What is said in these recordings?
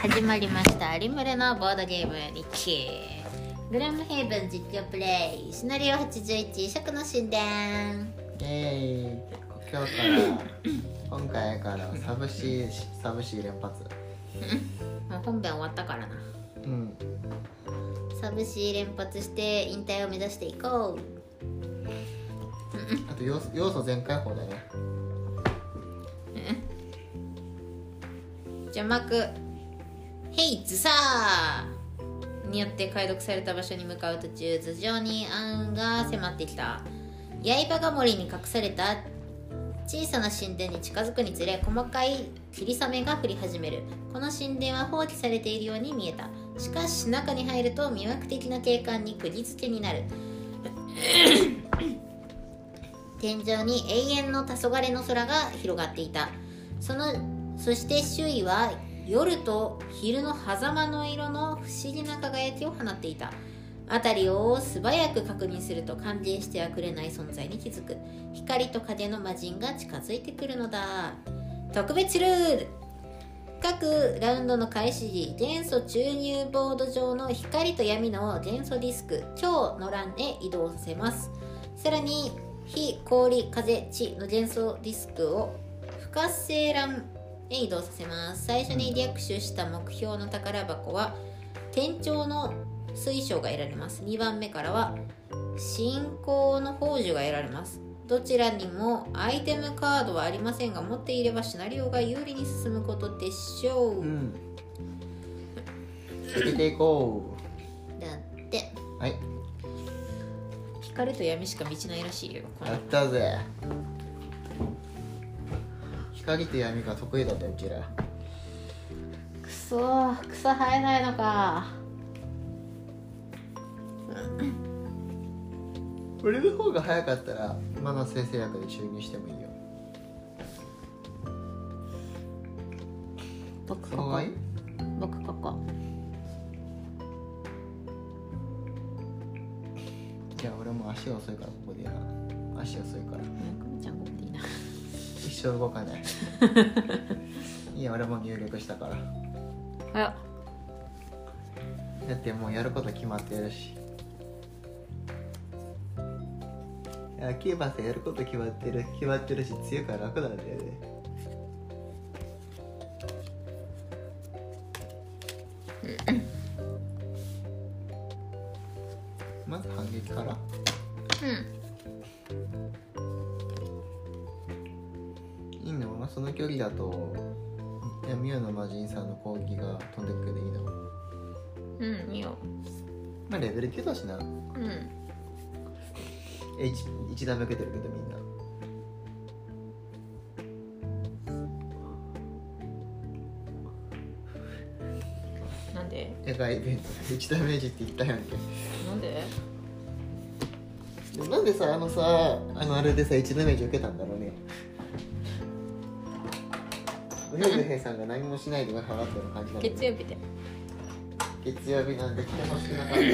始まりましたリムルのボードゲーム日記グラムヘイブン実況プレイシナリオ81食の神殿。 今回からサブ C 連発もう本編終わったからな。サブ C 連発して引退を目指していこう。 あと要素全開放だね。 邪魔くヘイズサーによって解読された場所に向かう途中、頭上に暗が迫ってきた。刃が森に隠された小さな神殿に近づくにつれ、細かい霧雨が降り始める。この神殿は放棄されているように見えた。しかし中に入ると魅惑的な景観に釘付けになる。天井に永遠の黄昏の空が広がっていた。そして周囲は夜と昼の狭間の色の不思議な輝きを放っていた。辺りを素早く確認すると感じしてはくれない存在に気づく。光と影の魔人が近づいてくるのだ。特別ルール。各ラウンドの開始時、元素注入ボード上の光と闇の元素ディスク強の欄へ移動させます。さらに火、氷、風、地の元素ディスクを不活性欄へ移動させます。最初に略取した目標の宝箱は天頂の水晶が得られます。2番目からは信仰の宝珠が得られます。どちらにもアイテムカードはありませんが、持っていればシナリオが有利に進むことでしょう。 続けていこう。だって。 はい。 光と闇しか道ないらしいよ。 やったぜ。光と闇が得意だったうちら。 草生えないのか。 俺の方が早かったら今の生成薬で注入してもいいよ。 僕ここ。 じゃあ俺も足遅いからここでやな。足遅いから。 くみちゃんここでいいな。 一生動かない。いや俺も入力したから。 だってもうやること決まってるし。キーバーさんやること決まってるし強いから楽なんだよね。まず反撃からいいの？その距離だとミュウの魔人さんの攻撃が飛んでくけどいいの？ いいよ。 まあレベル9だしな。1段目受けてるけどみんな。なんで？ 外イベント1ダメージって言ったやんけ。 なんで？ なんでさあれでさ1ダメージ受けたんだろうね。ウヘグヘさんが何もしないで払ったような感じなの。 月曜日で。 月曜日なんで来てほしくなかった。や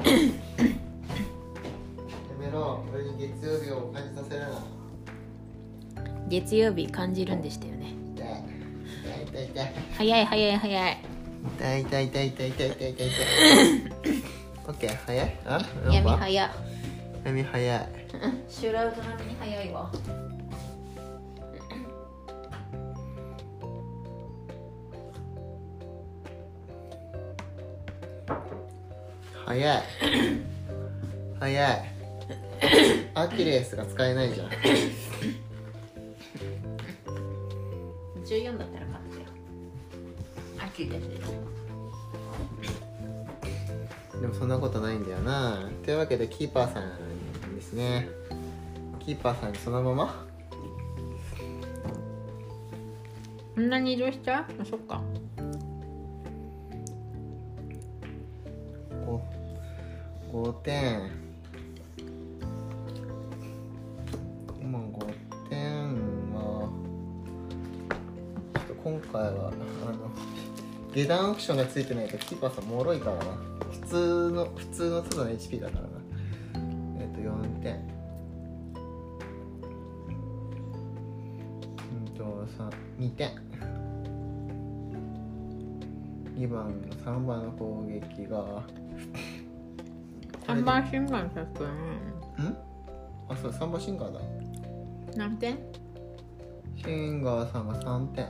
めろ、俺に月曜日を感じさせるな。 月曜日感じるんでしたよね。 痛い。 早い。 痛い。オッケー、早い？ 闇早い。 闇早い。 シュラウド並みに早いわ。 早い。アキレスが使えないじゃん。 14だったら勝ったよ。アキレスです。 でもそんなことないんだよな。というわけでキーパーさんですね。キーパーさんにそのままこんなに移動しちゃう？そっか。 5点。まあ5点はちょっと今回は下段アクションがついてないとキーパーさん脆いからな。普通のただの HP だからな。4点。2点。 2番3番の攻撃が 3番シンガーさくんあ、そう3番シンガーだ。 何点？ シンガーさんが3点。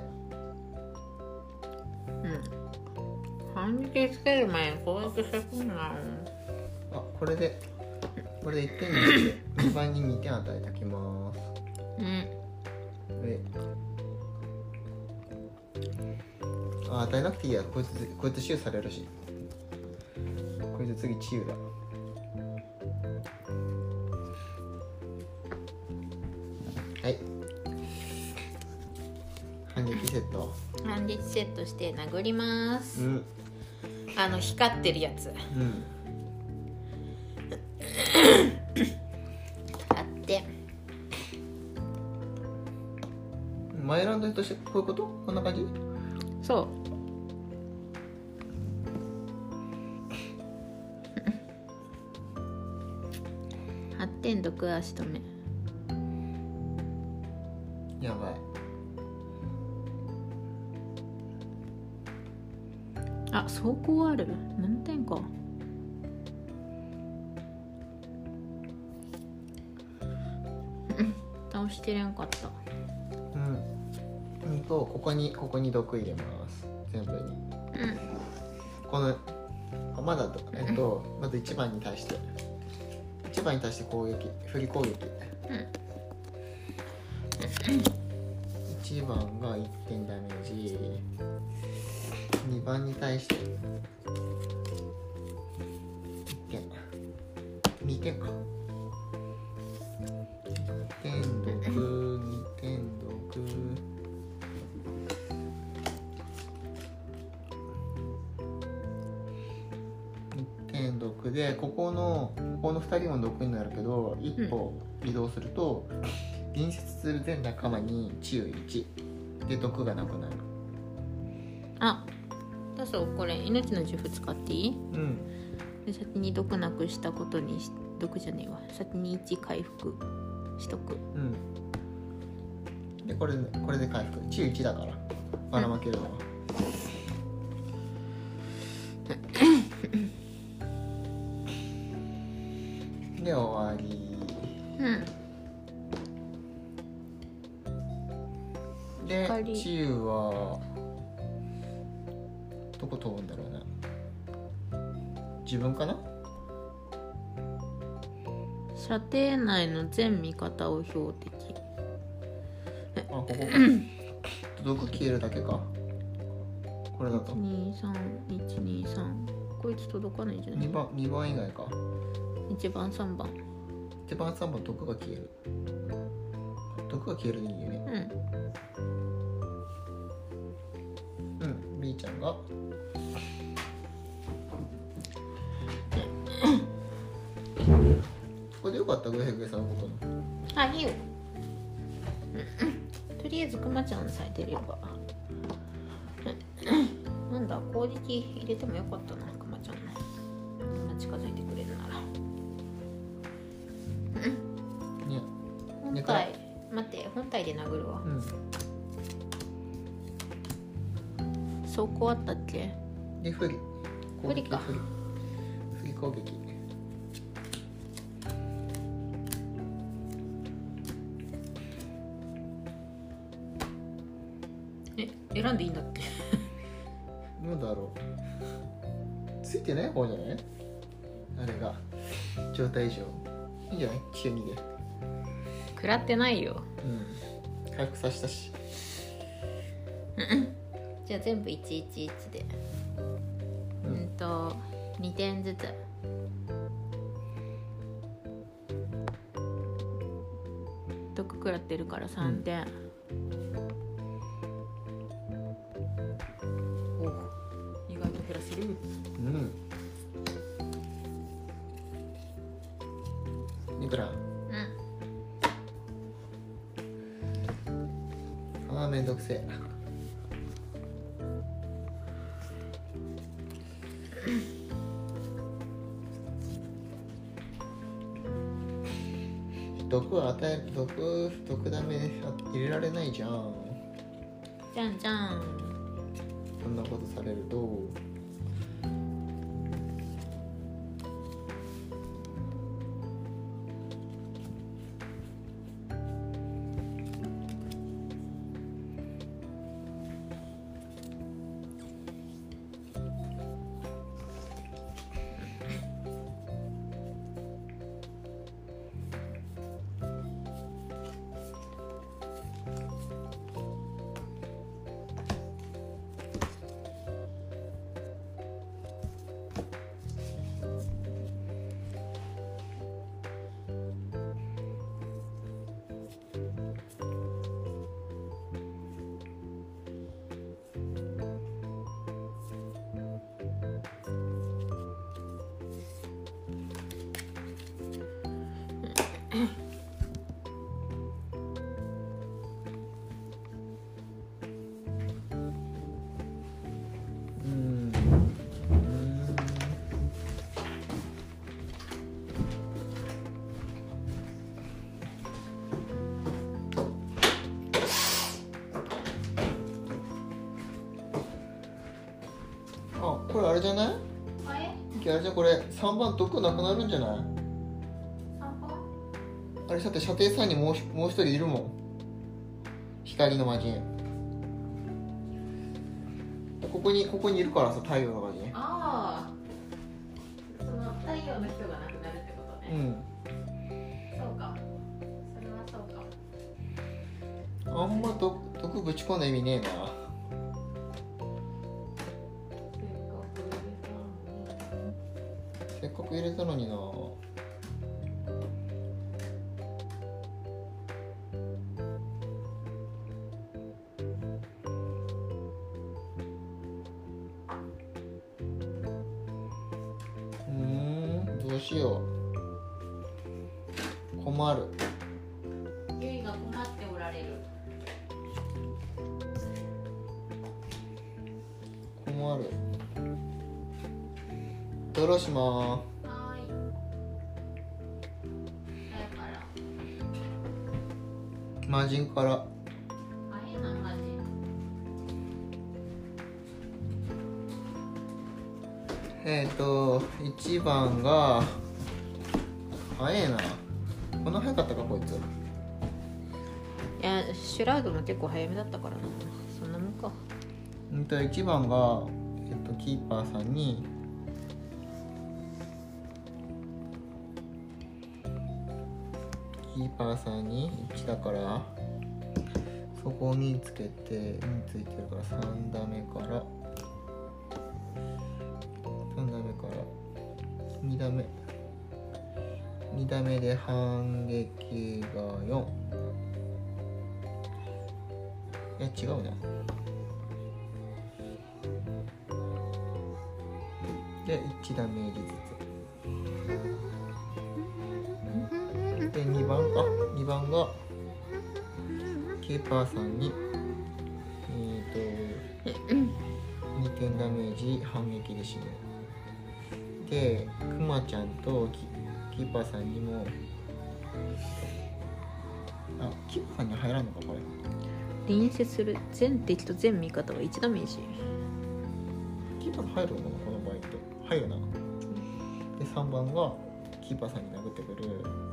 反撃つける前に攻撃してくんな。 あ、これで1点にして2番に2点与えてきます。与えなくていいや。こいつシューされるし。こいつ次治癒だ。はい、反撃セット。 反撃セットして殴ります。光ってるやつ。あってマイランドとしてこういうこと？こんな感じ？ そう8点毒足止め。 やばい。 あ、走行ある。何点か。倒してれんかった。 ここに毒入れます。全部に。このまだまず1番に対して攻撃、振り攻撃。1番が1点ダメージ。2番に対して1点。2点か。1点毒、2点毒。毒でここの2人も毒になるけど、1歩移動すると隣接する全仲間に治癒1で毒がなくなる。 あ、だそう、これ命の呪符使っていい？で先に毒なくしたことに毒じゃねえわ、先に1回復しとく。 でこれで回復、治癒1だからばらまけるのは。で終わり。で治癒はどこ飛ぶんだろうな。自分かな。 射程内の全味方を標的。 ここ毒消えるだけか。これだと 123こいつ届かないんじゃない？ 2番以外か。 1番3番 1番3番毒が消える。毒が消えるでいいよね。B ちゃんがここでよかった。グヘグヘさんのことの。 あ、いいよ。とりあえずクマちゃんさえ出ればなんだ、攻撃入れてもよかったな。クマちゃんのそんな近づいてくれるなら。本体待って、本体で殴るわ。走行あったっけ？ で振りか。振り攻撃。 選んでいいんだっけ？ どうだろう。ついてない方じゃない？あれが状態以上いいんじゃない？中2で食らってないよ。 回復させたし。 じゃあ全部111で2点ずつ。毒食らってるから3点。意外と減らせる。 いくら？めんどくせえ。毒を与える。毒ダメ入れられないじゃん。 じゃんじゃん。 こんなことされるとれじゃない？ あれあれじゃこれ3番毒なくなるんじゃない？ 3番あれさて射程3にもう一人いるもん。光の魔人。ここにいるからさ、太陽の魔人。 ああ、その太陽の人がなくなるってことね。 うん。 そうか、それはそうか。 あんま毒ぶち込んだ意味ねえな。せっかく入れたのにな。どうしよう。困る。 ゆいが困っておられる。 困る。ドローしまーはーい。だから魔人からあれなマジ。 1番が早えな。こんな早かったかこいつ。 いや、シュラウドも結構早めだったからな。そんなもんか。 1番が、キーパーさんに1だからそこにつけて2ついてるから3打目から2打目で反撃が4。いや違うな。で1ダメージずつで2番がキーパーさんに2点ダメージ反撃で死ぬ。でクマちゃんとキーパーさんにもキーパーさんには入らんのかこれ。 隣接する全敵と全味方は1ダメージ。 キーパー入るのかなこの場合って。入るな。で3番がキーパーさんに殴ってくる。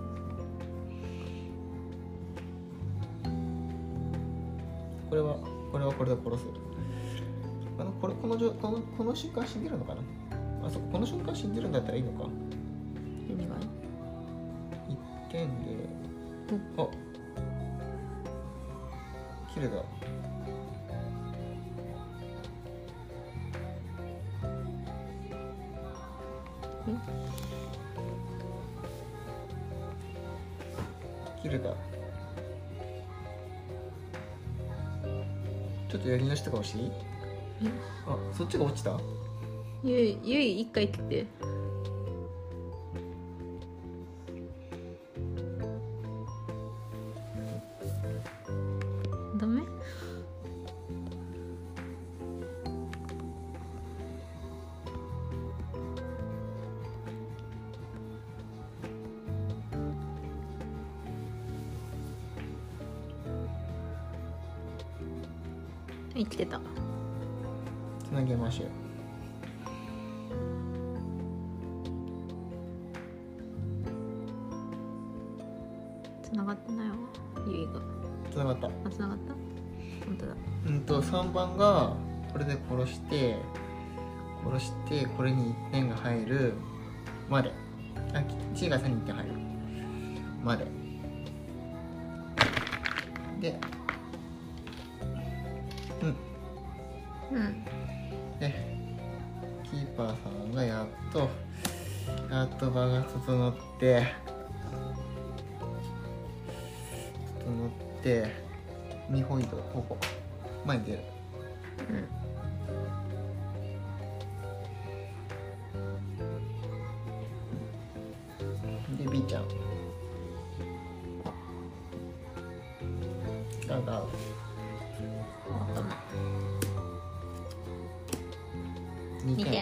これはこれで殺す。この瞬間死んでるのかな。そここの瞬間死んでるんだったらいいのか。 何が 1点でキルだ。キルだ。ちょっとやり直しとか欲しい？そっちが落ちた？ ゆい1回切って。ダメ？生きてた。 つなげましょう。 繋がってないわ。ゆいがつながった。 繋がった。本当だ。 3番がこれで殺してこれに1点が入るまで。チーが3に1点入るまでででキーパーさんがやっと場が整って2歩移動ここ前に出る。で B ちゃんガンガン2点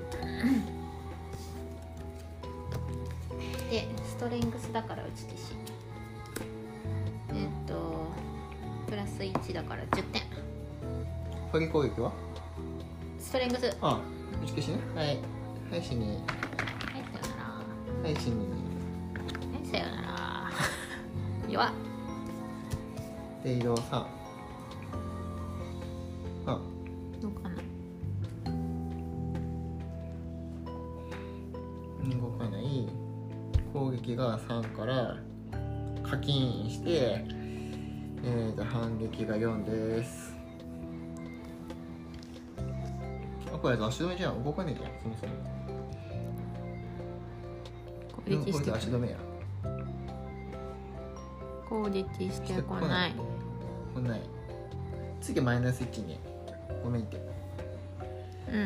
でストレングスだから打ち消し。プラス1だから10点。 鍵攻撃はストレングス。 打ち消しね。はい。はい、死に。 はい、さよなら。 はい、死に。 はい、さよなら。弱っ。 で、移動3。あ、 どうかな。 動かない。攻撃が3から課金して、反撃が4です。あ、これ足止めじゃん。動かねえじゃん、そもそも。 攻撃してこれ足止めや。 攻撃してこない。 来ない。次マイナス1に。ごめんって。 うん。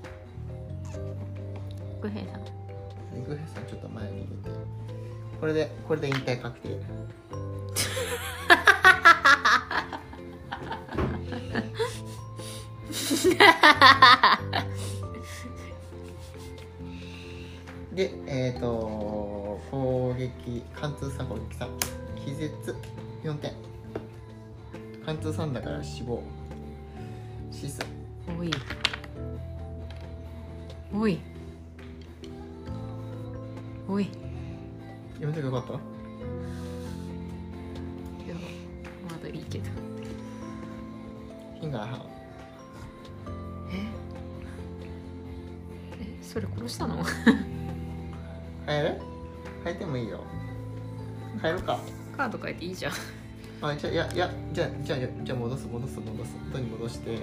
グヘイさん。 グヘイさんちょっと前に出て。これで引退確定。で、攻撃、貫通3、攻撃3、気絶4点。貫通3だから死亡。死数。 おい。おい。おい。 やめてよかった？ いや、まだいいけど。 フィンガーハン。 それ殺したの？ 変える？変えてもいいよ。変えるか。 カード変えていいじゃん。 あ、じゃあ戻す。元に戻して。い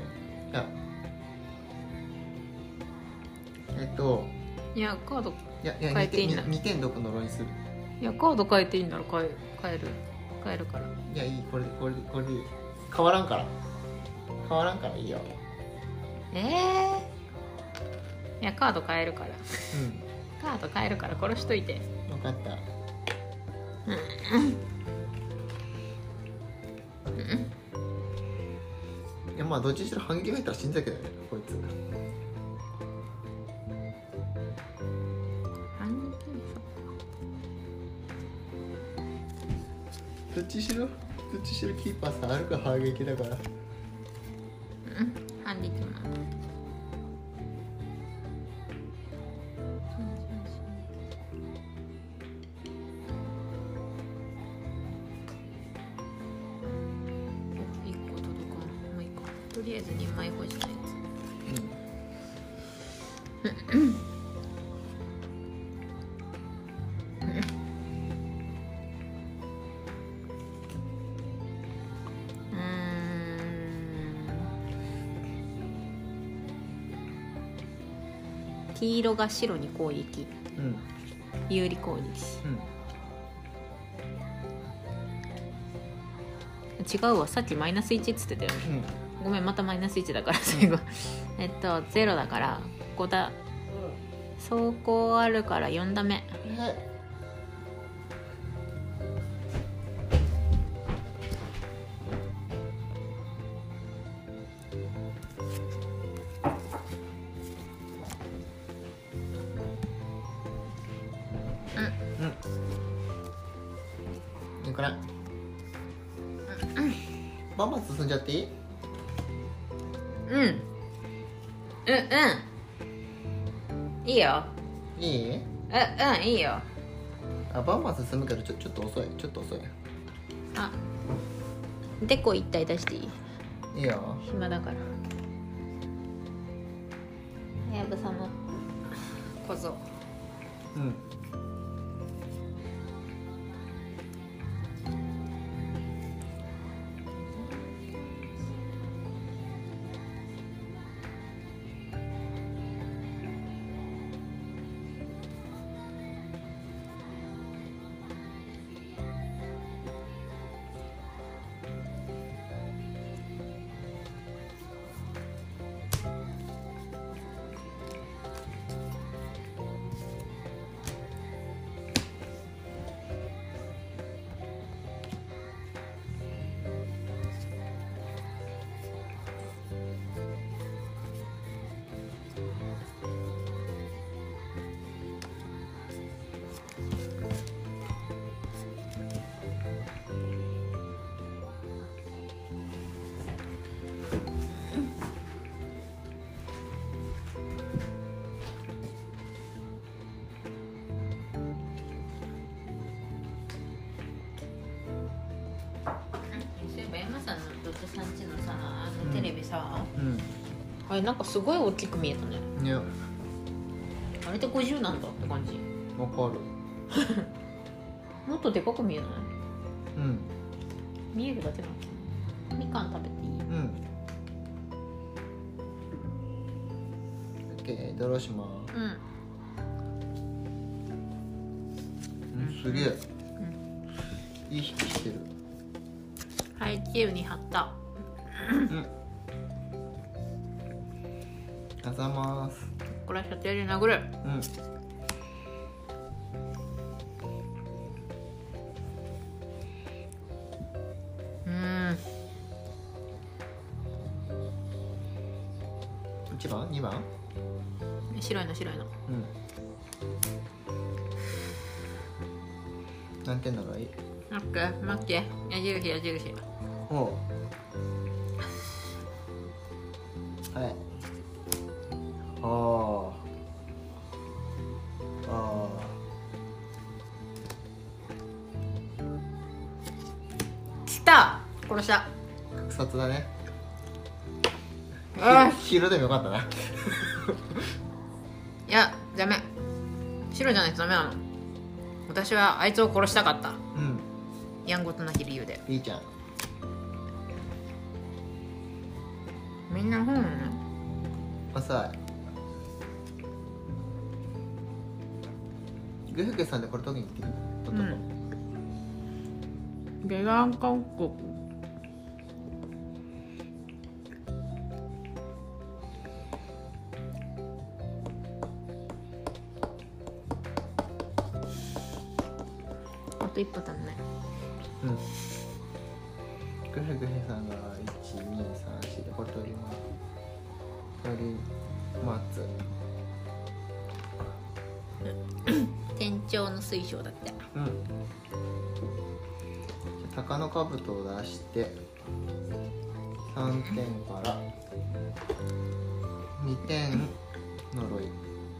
や、 カード変えていいんだ。 2点どこ呪いにする。 いや、カード変えていいんなら変えるから。 いや、いい、これでいい。変わらんからいいよ。 いや、カード変えるから。カード変えるから殺しといて。 分かった。いや、まあどっちにしろ反撃入ったら死んだけどね、こいつ。どっちしろキーパーさんあるか反撃だから。 反撃も。1個届かん。もういいか。とりあえず2枚欲しいやつ。黄色が白に攻撃、有利攻撃、違うわ、さっきマイナス1っつってたよね、ごめん、またマイナス1だから最後0だからここだ、走行あるから4ダメ。 いいかな。バンバン進んじゃっていい？ いいよ。 いい？ いいよ。 あ、バンバン進むけどちょっと遅い。 あ、デコ1体出していい？ いいよ。 暇だから。はやぶさの小僧。 マさんのドットさんちのさテレビさ、 うんあれなんかすごい大きく見えたね。 いやあれって50なんだって感じ。 わかる。 もっとでかく見えない？ うん見えるだけなの。みかん食べていい？ うん。オッケー、ドローします。すげえ、いい引きしてる。 はい、チームに貼った。 あざます。 これは射程で殴る。 1番2番白いの。 何点なのがいい？ 待って、矢印。 おう、はい。 来た。殺した。 格殺だね。 あ昼でもよかったな。 いやダメ、白じゃないとダメなの。私はあいつを殺したかった。やんごとなき理由で。 いいじゃん。 みんな本なの？ 浅い。グフゲさんでこれ取りに行ってる？ ベガン韓国。あと一歩足んない。 グフグフさんが1,2,3,4でこれ取ります。 店長の水晶だって。 鷹の兜を出して3点から2点呪い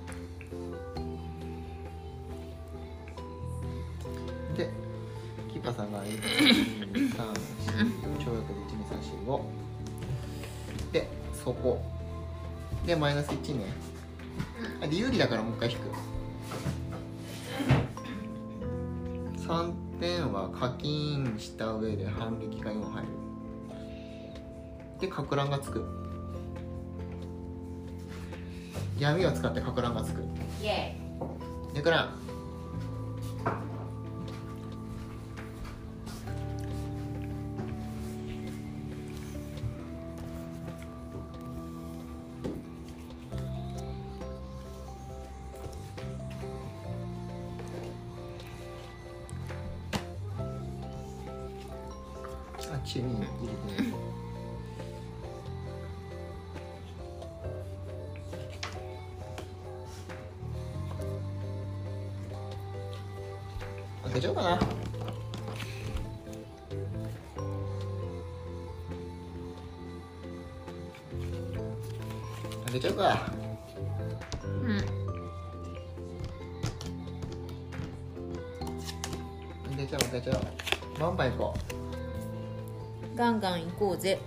で、キーパーさんが1,2,3,4超力で1,2,3,4,5で、そこでマイナス1ね。で有利だからもう一回引く。3点は課金した上で反撃が4入る。で、かく乱がつく。闇を使ってかく乱がつく。 イエでくらん。中に入れてみる。開けちゃおうかな。開けちゃうか。開けちゃおう。バンバン行こう。 ガンガン行こうぜ。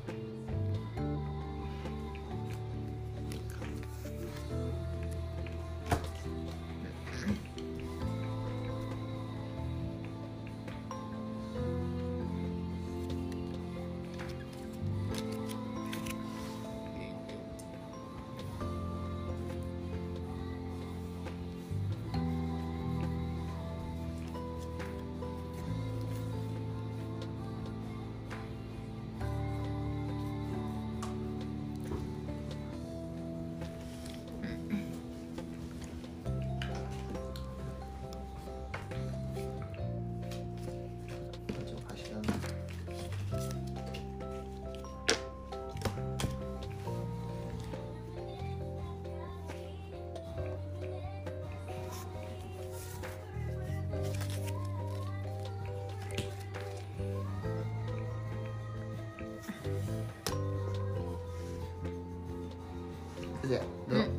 でどう？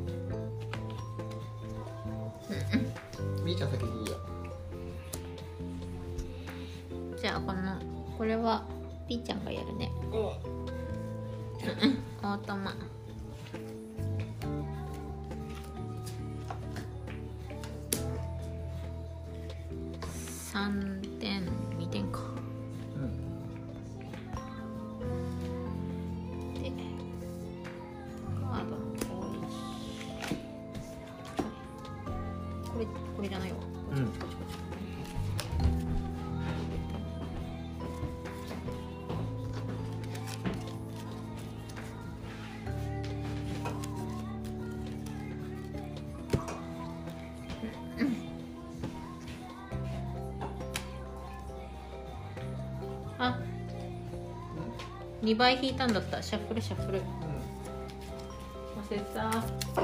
みーちゃん先にいいよ。 じゃあこれはピーちゃんがやるね。オートマ。3点2点か。でカードの多い。これじゃないわ。こっちこっちこっち。あ、2倍引いたんだった。シャッフルシャッフル。忘れた。シャッ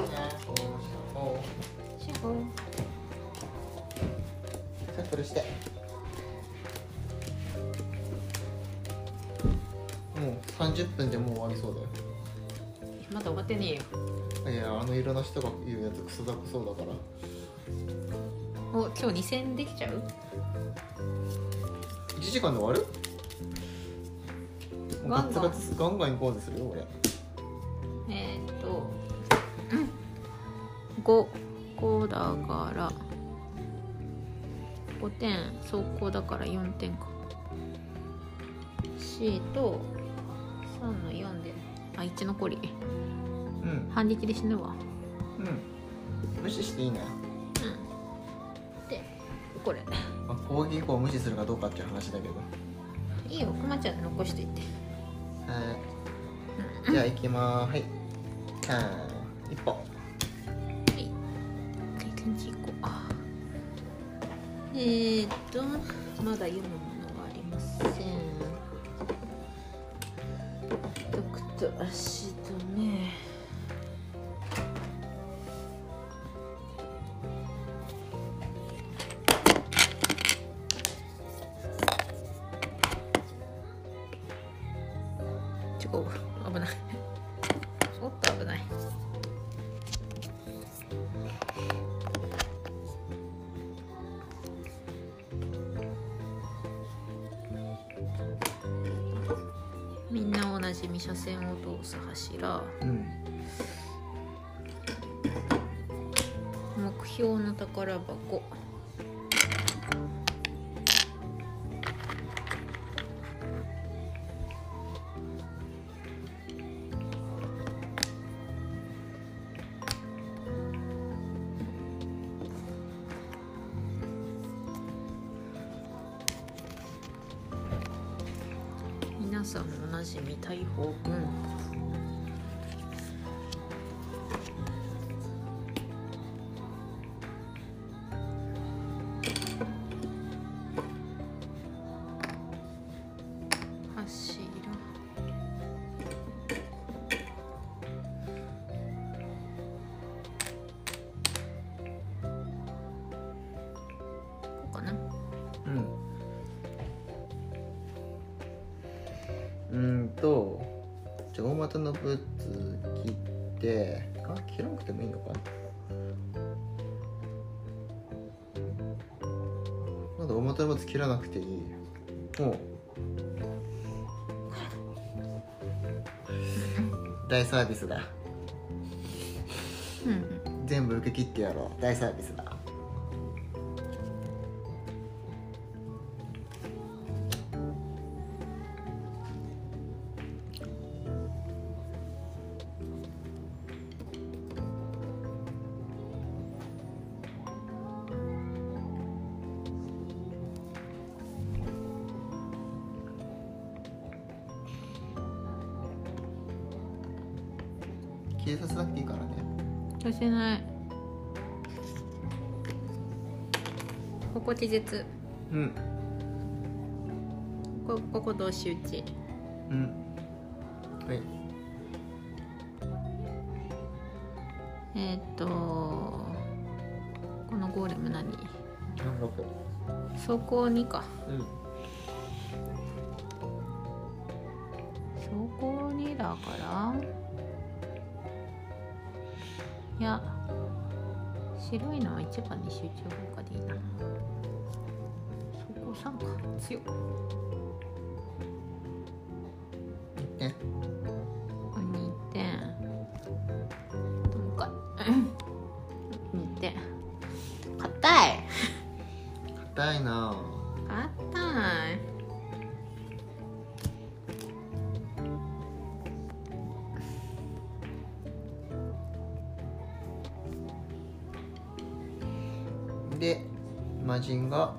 フル。 シャッフルして。もう30分でもう終わりそうだよ。 まだ終わってねえよ。 いや、あの色の人が言うやつクソだくそうだから。 お、今日2000できちゃう ？1時間で終わる？ガツガツガンガン行こうとするよ俺。 5だから5点、走行だから4点か。 C と3の4で1残り。反撃で死ぬわ。 無視していいね。 でこれ、 攻撃を無視するかどうかっていう話だけどいいよ、くまちゃん残しといて。 はい、じゃあ行きまーす。はい、一歩。 はい経験値1個。まだ読むものがありません。ドクと足とね。危ない。おっと危ない。みんなおなじみ車線を通す柱、目標の宝箱、皆さんおなじみ大砲軍、柱、こうかな。 じゃあ大股のブーツ切って、切らなくてもいいのか。まだ大股のブーツ切らなくていい。もう大サービスだ。全部受け切ってやろう。大サービスだ。消えさせなくていいからね。 させない。ここ気絶。ここ同士打ち。 はい。 このゴーレム何？走行2か。走行2だから、いや白いのは1番に集中効果でいいな。走行3か。強っ。 点。 2点。もう一回。2点。硬い。 硬いな。 硬い。 で魔人が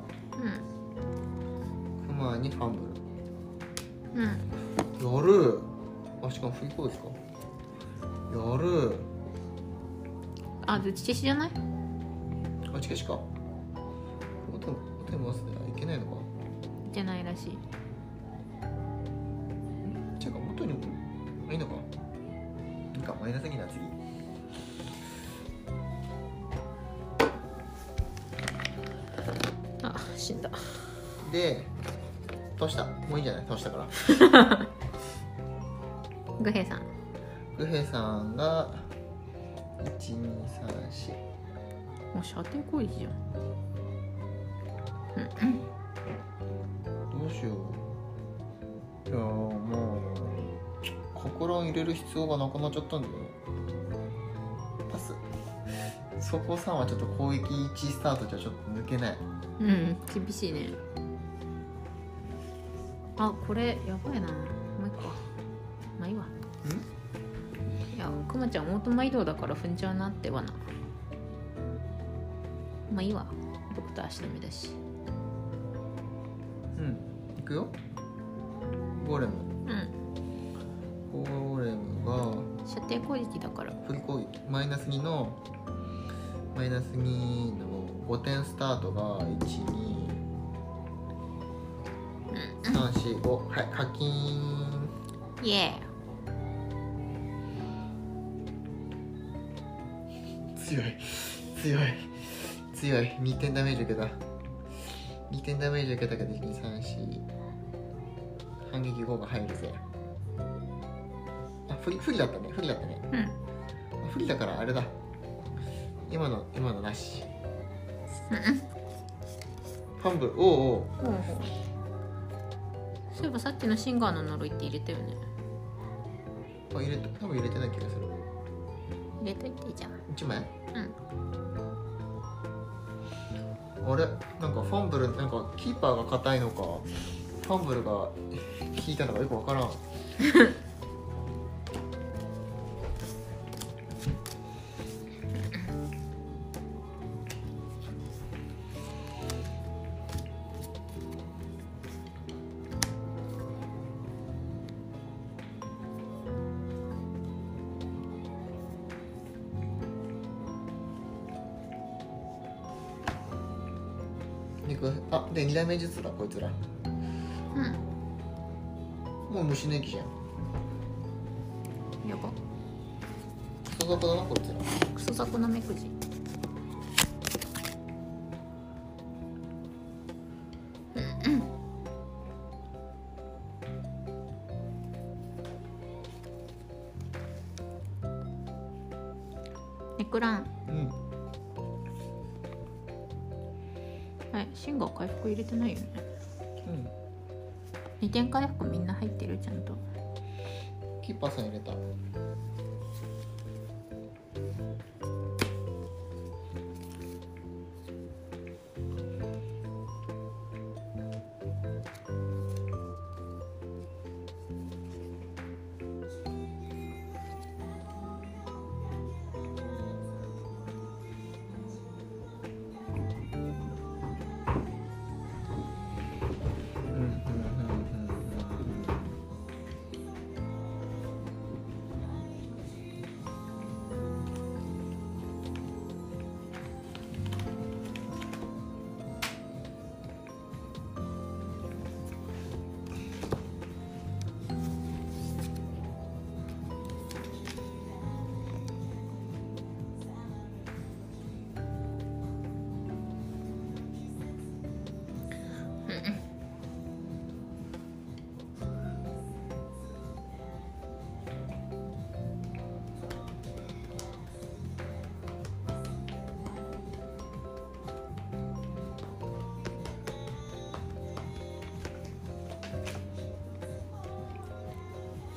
うんクマにファンブうん。 ル。やる。あ、しかもフリコですか。やる。 あ、どっち消しじゃない？ あ、チケシか。お手回すでいけないのか。 じゃないらしい。 じゃあ元にもいいのか。いいか、マイナス2だ次。 あ、死んだ。 で倒した。もういいんじゃない、倒したからグヘイさん。 グヘさんが1234。 もう射程攻撃じゃん。 どうしよう。いやもう心入れる必要がなくなっちゃったんだよ。パス。そこさんはちょっと攻撃1スタートじゃちょっと抜けない。 うん、厳しいね。あ、これやばいな。もう一個。まあいいわ。いや、くまちゃんオートマ移動だから踏んじゃうなってわな。まあいいわ。ドクター足止めだし。 うん、いくよ。ゴーレム。 うん。 ゴーレムが射程攻撃だから。 振り攻撃マイナス2の5点スタートが1、2、3、4、5。はい、課金。 イエ強い。2点ダメージ受けた。2点ダメージ受けたけど、1、2、3、4。反撃5が入るぜ。あ、不利だったね。 ーイ。うん。 不利だからあれだ。今のなし。ファンブル。おうおう。 ほうほう。そういえばさっきのシンガーの呪いって入れたよね。 あ、多分入れてない気がする。 入れといてじゃん。 1枚。 うん。 あれ、なんかファンブル、なんかキーパーが硬いのかファンブルが効いたのかよくわからん。あ、で2ダメージずつだこいつら。 うんもう虫の息じゃん。 やば。 クソザコだなこいつら。 クソザコなめくじ。ネクラン。 うん。 はい、シンガー回復入れてないよね。 うん。 2点回復みんな入ってるちゃんと。 キーパーさん入れた。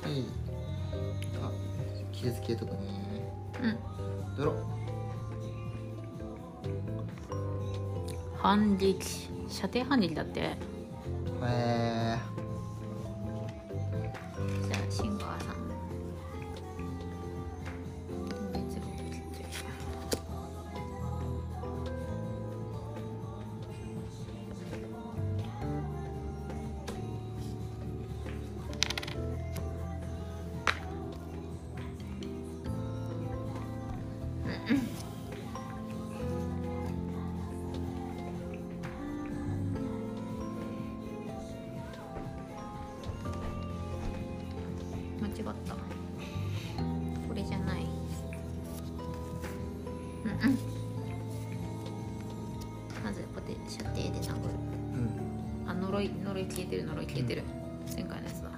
いい。あ、傷つけとくね。ドロ反撃、射程反撃だって。 じゃあシンガーさん間違った。これじゃない。まずこれ射程で殴る。あ、呪い消えてる、呪い消えてる。前回のやつだ。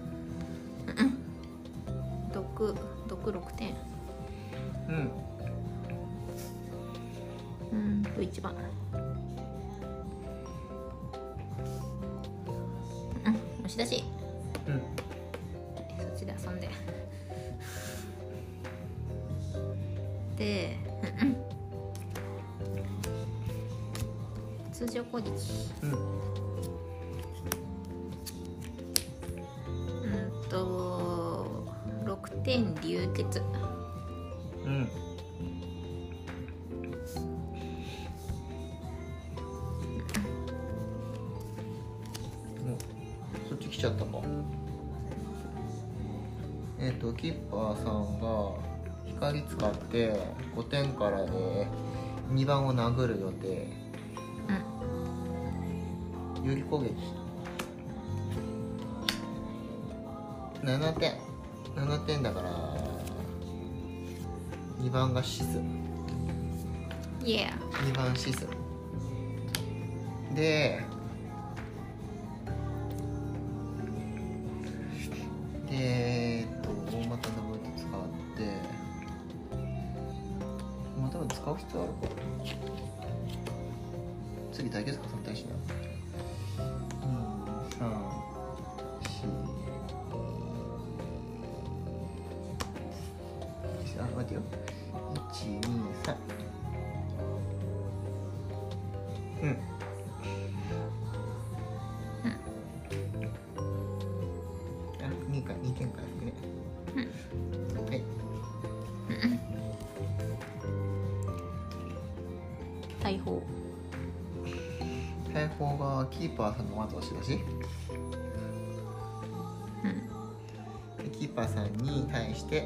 毒6点。1番。押し出し。そっちで遊んで。で、通常攻撃。6点流血。 そっち来ちゃったか。キーパーさんが光使って5点からで2番を殴る予定。有利攻撃7点だから2番がシス。2番シスで大股のブーツ使って大股のブーツ使う必要あるか。次対決重ねたいしな。2、3、4、あ、待てよ。1、2、3。2点回復ね。はい。 大砲がキーパーさんのまず押し出し。キーパーさんに対して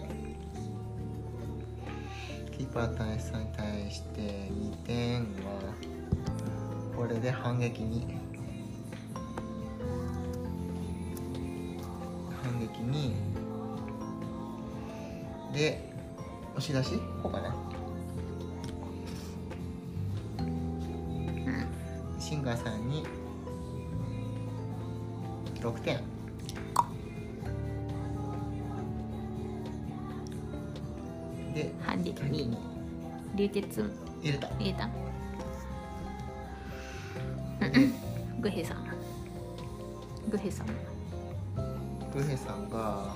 さんに対して2点はこれで反撃にで押し出しこうかな。シンガーさんに6点で反撃に流血入れた。 グヘさんが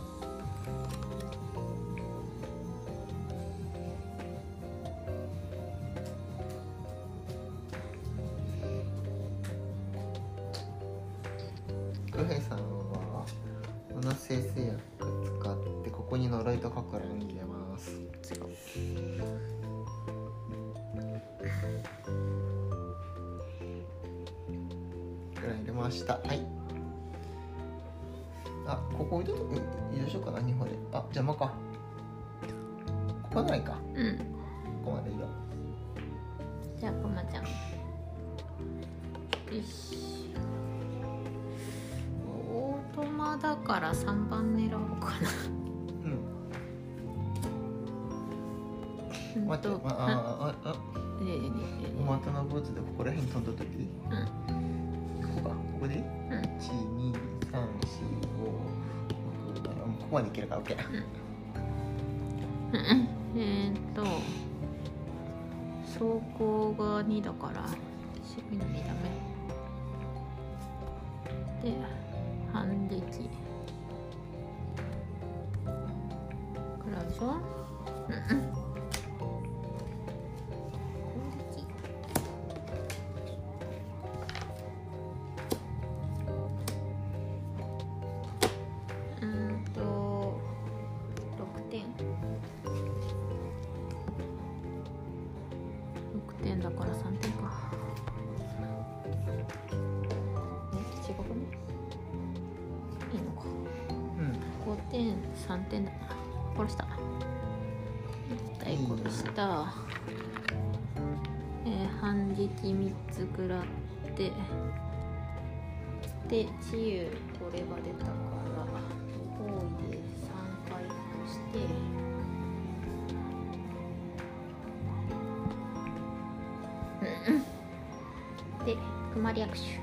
7生成薬使ってここに呪いとかくらに入れます。入れました。はい。あ、ここ置いとく。よいしょかな、2歩で。あ、邪魔か。ここないか。ここまでいいよ。 じゃあ、こまちゃん。よし。オートマだから3番狙おうかな。 待って、お股のブーツでここら辺に飛んだとき、ここか、ここでいい？ 1、2、3、4、5、6、7、ここまでいけるから OK。 走行が2だから守備の2ダメで反撃ょ。攻撃。6点。6点だから3点か。違くね。いいのか。5点3点だ。殺した。対殺した。反撃3つ食らって、で治癒これが出たから方位で3回復して、でくまり握手。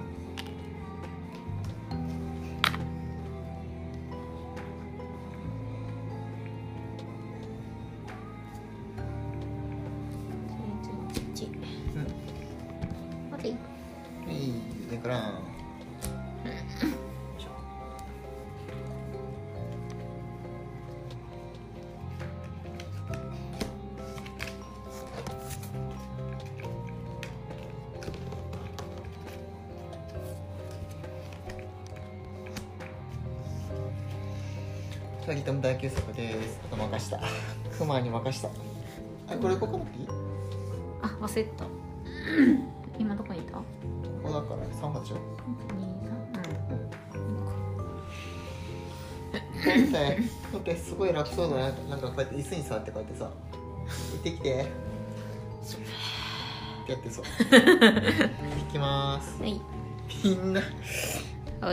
2人とも大休息です。あと任した。クマに任した。あ、これ動かなくていい？ あ、忘れた。今どこにいた？ ここだから3発でしょ。だってすごい楽そうだな。なんかこうやって椅子に座ってこうやってさ、行ってきてってやってそう。行きます。 はい。 みんな。 はい。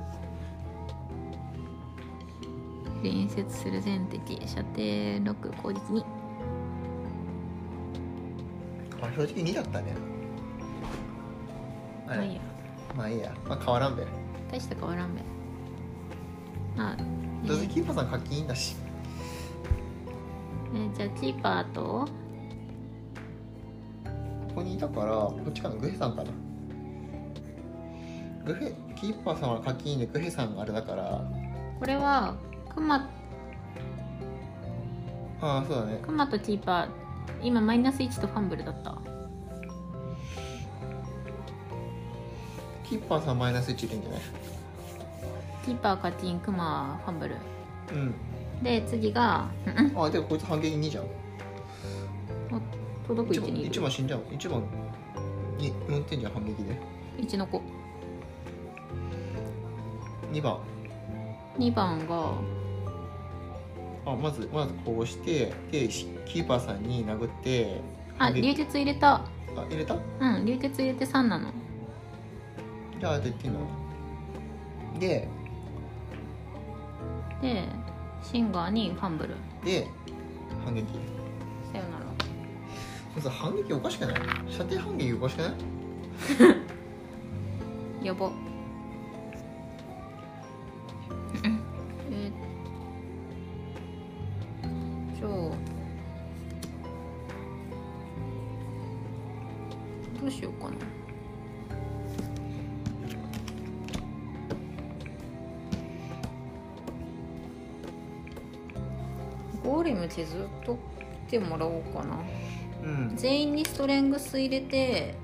隣接する全敵、射程6、攻撃2。 まあ正直2だったね。 まあいいや。 まあいいや。まあ変わらんべ。 大して変わらんべ。あ、 どうせキーパーさん課金いいんだし。 じゃあキーパーとここにいたからこっちかな、グヘさんかな。グヘキーパーさんは課金でグヘさんがあれだから。 これはクマ。 ああそうだね。 クマとキーパー今マイナス1とファンブルだった。 キーパーさんマイナス1いるんじゃない？ キーパー課金、クマファンブル。 うん。 で次があ、でもこいつ反撃2じゃん。 届く位置にいる。 1番死んじゃう。1番に4点じゃん反撃で。 1の子。 2番。 2番がまずこうしてでキーパーさんに殴って。 流血入れた。 入れた？ うん、流血入れて3なの。 じゃあできんのでシンガーにファンブルで反撃。 さよなら。 これさ反撃おかしくない？射程反撃おかしくない？ やば。どうしようかな。ゴーレム削っとってもらおうかな。 うん。 全員にストレングス入れて、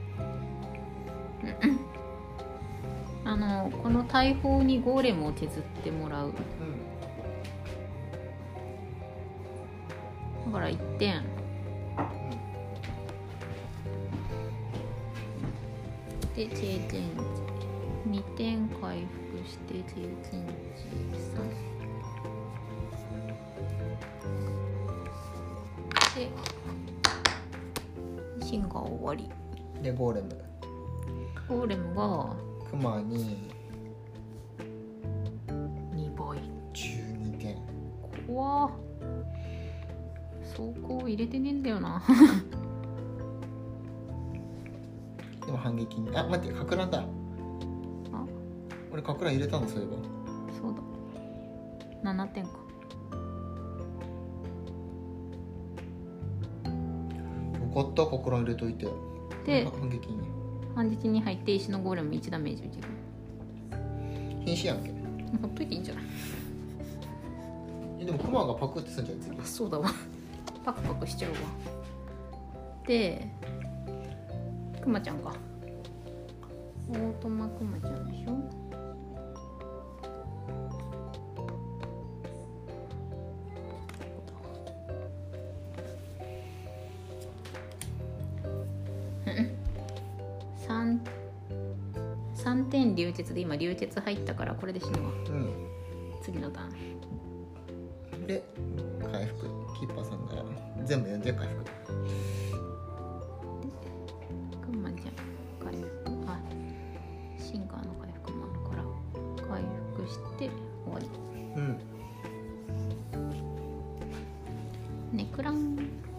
この大砲にゴーレムを削ってもらう。だから1点。で経験値2点回復して経験値3でシンガー終わりでゴーレムがクマに 2倍 12点。 怖っ。走行入れてねえんだよな。 でも反撃に待って、かく乱だ。俺かく乱入れたのそういえば。 そうだ、7点か。 よかった、かく乱入れといて。 で反撃に入って石のゴーレム1ダメージ受ける。 瀕死やんけ。 ほっといていいんじゃない？ でもクマがパクってすんじゃん次。 そうだわパクパクしちゃうわ。でクマちゃんか、オートマクマちゃんでしょ。3点流血で今流血入ったからこれで死ぬわ。次のターンで回復、キーパーさんなら全部40回復。 クマちゃん回復、あシンカーの回復もあるから回復して終わり。ネクラン。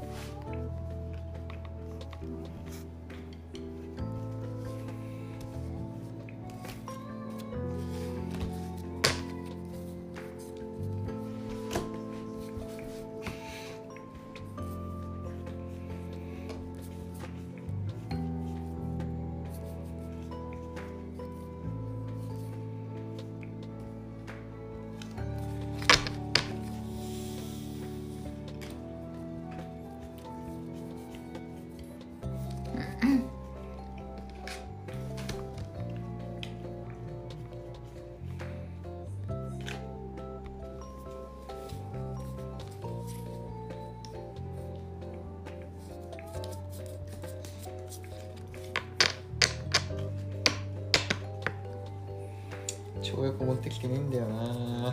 跳躍持ってきてねえんだよな。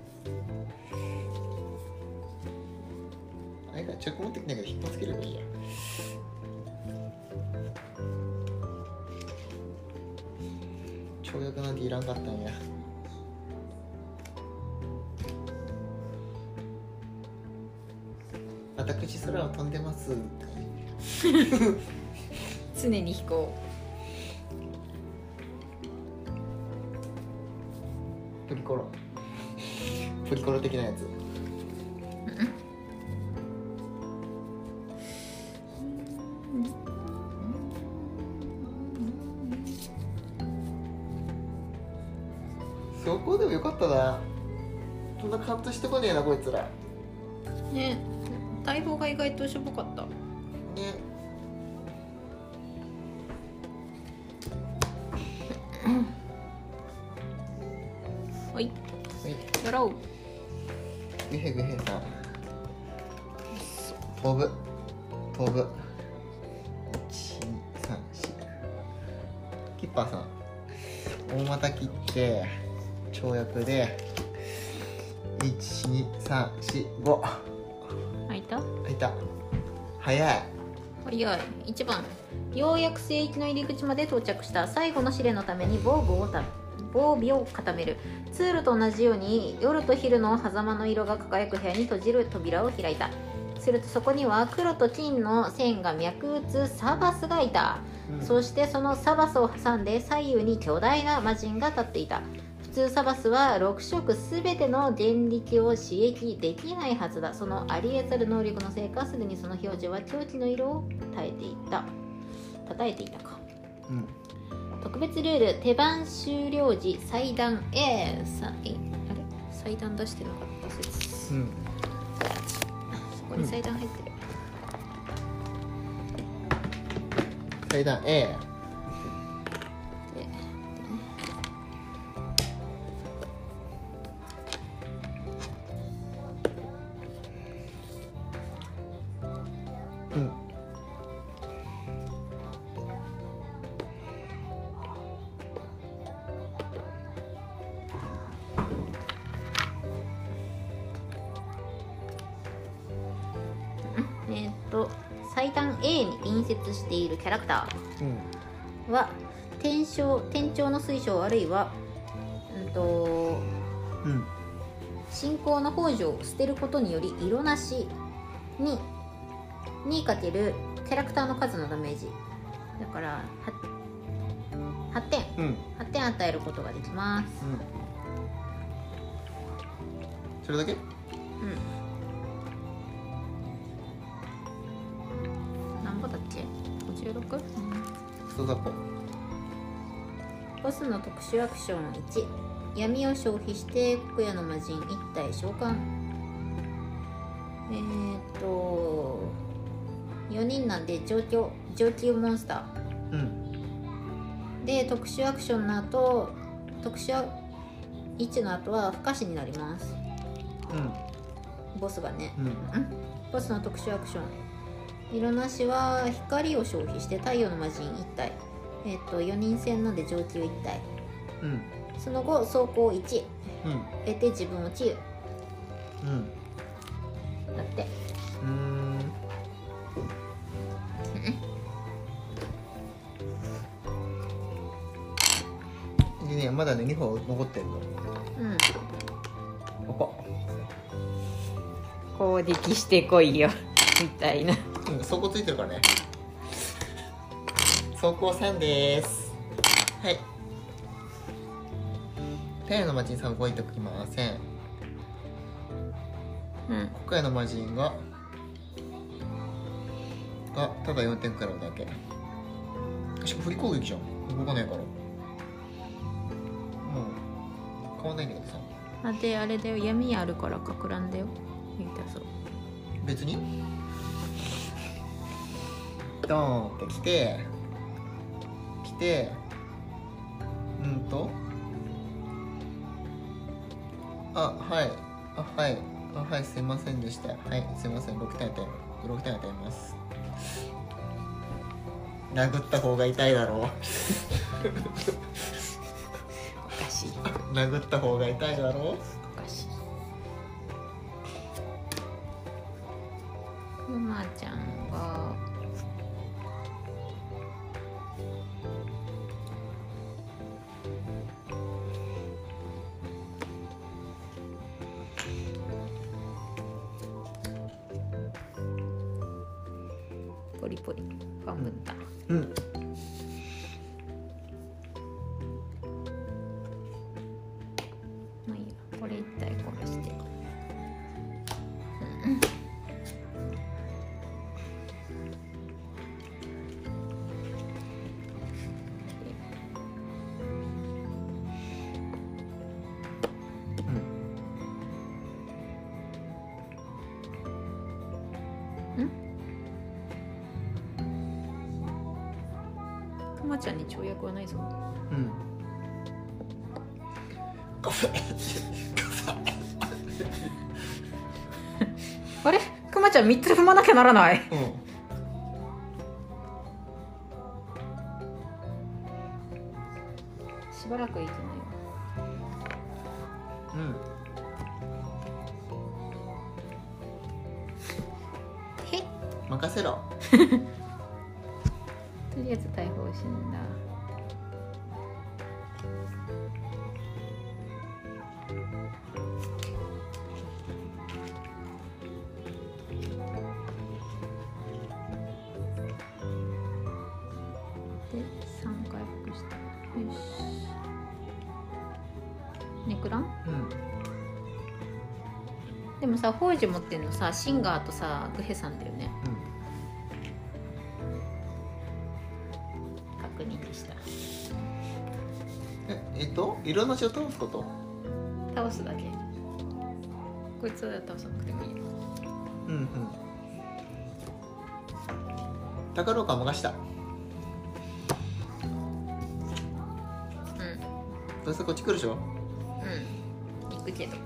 あれか跳躍持ってきないから引っ張つければいいや。跳躍なんていらんかったんや。私空を飛んでます常に飛行。 プリコロ的なやつ。そこでもよかったな。そんなカットしてこねえなこいつらね。大砲が意外としょぼかったね。はいやろう。 グヘグヘさん飛ぶ1、2、3、4。キッパーさん大股切って跳躍で1、2、3、4、5。 開いた早い。 早い。1番、ようやく聖域の入り口まで到着した。最後の試練のために防備を固める。通路と同じように夜と昼の狭間の色が輝く部屋に閉じる扉を開いた。するとそこには黒と金の線が脈打つサバスがいた、そしてそのサバスを挟んで左右に巨大な魔人が立っていた。普通サバスは6色すべての電力を刺激できないはずだ。そのありえざる能力のせいか、すでにその表示は狂気の色を叩いていたか。特別ルール、手番終了時祭壇 A 祭壇出してなかった説、そこに祭壇入ってる、 祭壇 A 祭壇 A に隣接しているキャラクターは、天頂の水晶あるいは信仰の宝珠を捨てることにより色なしにかけるキャラクターの数のダメージだから8点与えることができます。 それだけ？ 何歩だっけ 56？ そうだこ。 ボスの特殊アクション1、闇を消費して黒夜の魔人1体召喚。 4人なんで上級モンスターで、特殊アクションの後、特殊位置の後は不可視になります。ボスがね、ボスの特殊アクション、色なしは光を消費して太陽の魔人1体、4人戦なんで上級1体、その後走行1、得て自分を治癒、だって。 でね、まだね2本残ってるの。ここ攻撃してこいよみたいな。 走行ついてるからね。走行3です。はい。太陽の魔人さん動いておきません。国会の魔人がただ4点くらいだけ。しかも振り攻撃じゃん。動かないから。変わんないんだけどさ。 で、あれだよ、闇あるからかく乱だよ。 別にドーンって来てはい、すいませんでした。はい、すいません。6点与えます。殴った方が痛いだろう。おかしい。 殴った方が痛いだろう。 おかしい。くまちゃんがポリポリファンブった。まあいいや、これ一体殺して。くまちゃんに跳躍はないぞ。あれ、くまちゃん3つ踏まなきゃならない。しばらくいけないよ。 任せろ。 とりあえず大砲死んだ。で、3回復した。よし。ネクラン？でもさ、宝珠持ってんのさ、シンガーとさ、グヘさんだよね。確認でした。 色の血を倒すこと？ 倒すだけ。こいつは倒さなくてもいいよ。 宝岡もがした。どうせこっち来るでしょ。 行くけど。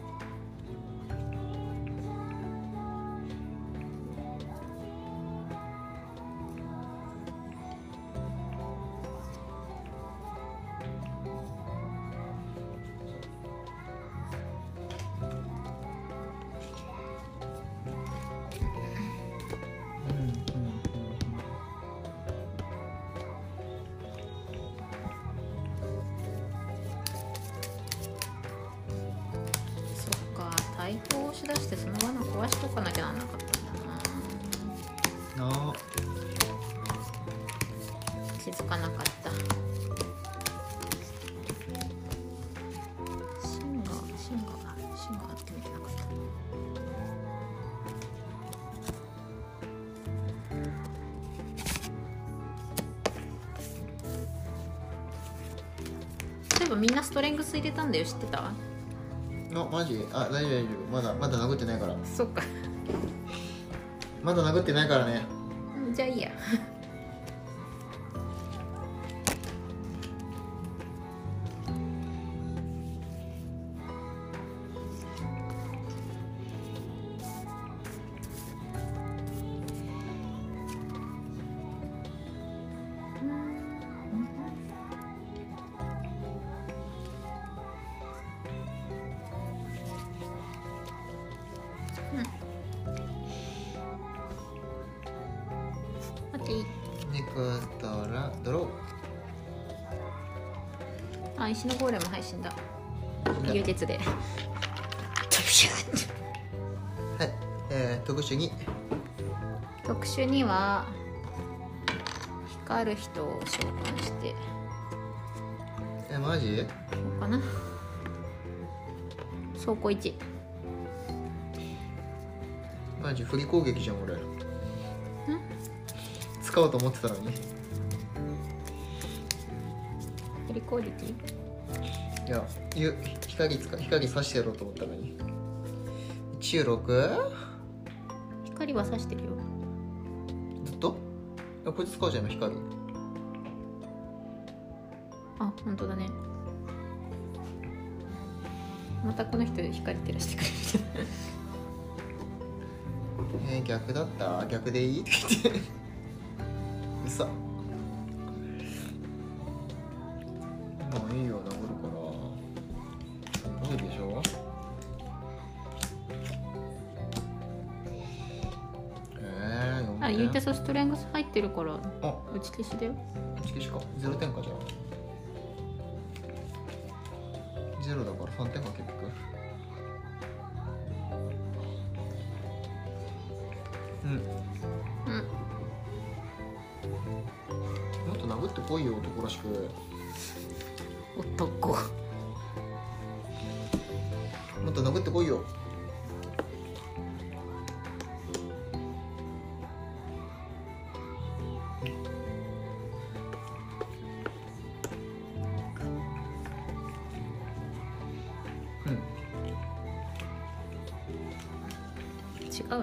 大砲を押し出してその罠壊しとかなきゃなんなかったんだな。気づかなかった。シンガーって見てなかった。そういえばみんなストレングス入れたんだよ、知ってた？ あ、マジ？あ、大丈夫大丈夫。まだ殴ってないから。 そっか。 まだ殴ってないからね。 じゃあいいや。 ネクタラドロー。あ、石のゴーレム配信だ。 ー。 流鉄で。 はい、特殊に。 特殊には光る人を召喚して。 マジ？ こうかな。走行1。 マジ振り攻撃じゃん俺。使おうと思ってたのに。 振り攻撃？ いや、光さしてやろうと思ったのに。16？ 光はさしてるよ。 ずっと？こいつ使うじゃん光。 あ、本当だね。またこの人光照らしてくれる。 逆だった？逆でいいって言って。うそ。もういいよ、殴るから。殴るでしょ？ あ、ユーテスストレングス入ってるからあ、 打ち消しだよ。 打ち消しか。0点かじゃあ。0だから3点か結局。うんもっと殴ってこいよ、男らしく。 男。 もっと殴ってこいよ。 違うな。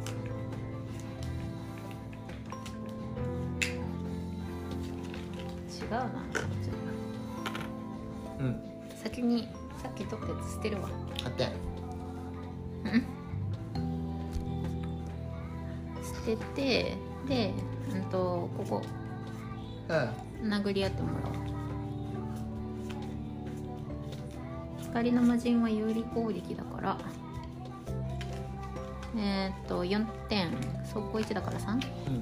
違うな。先にさっき取ったやつ捨てるわ。 8点。 捨てて、で、ここ殴り合ってもらおう。光の魔人は有利攻撃だから4点、走行1だから 3？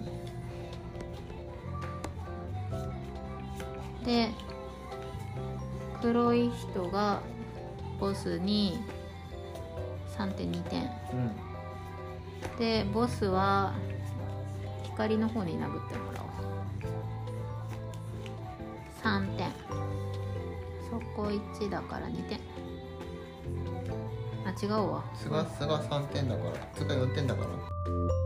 で、黒い人がボスに 3.2 点、でボスは光の方に殴ってもらおう。3点、走行1だから2点。あ、違うわ。 すが3点だから、つが4点だから。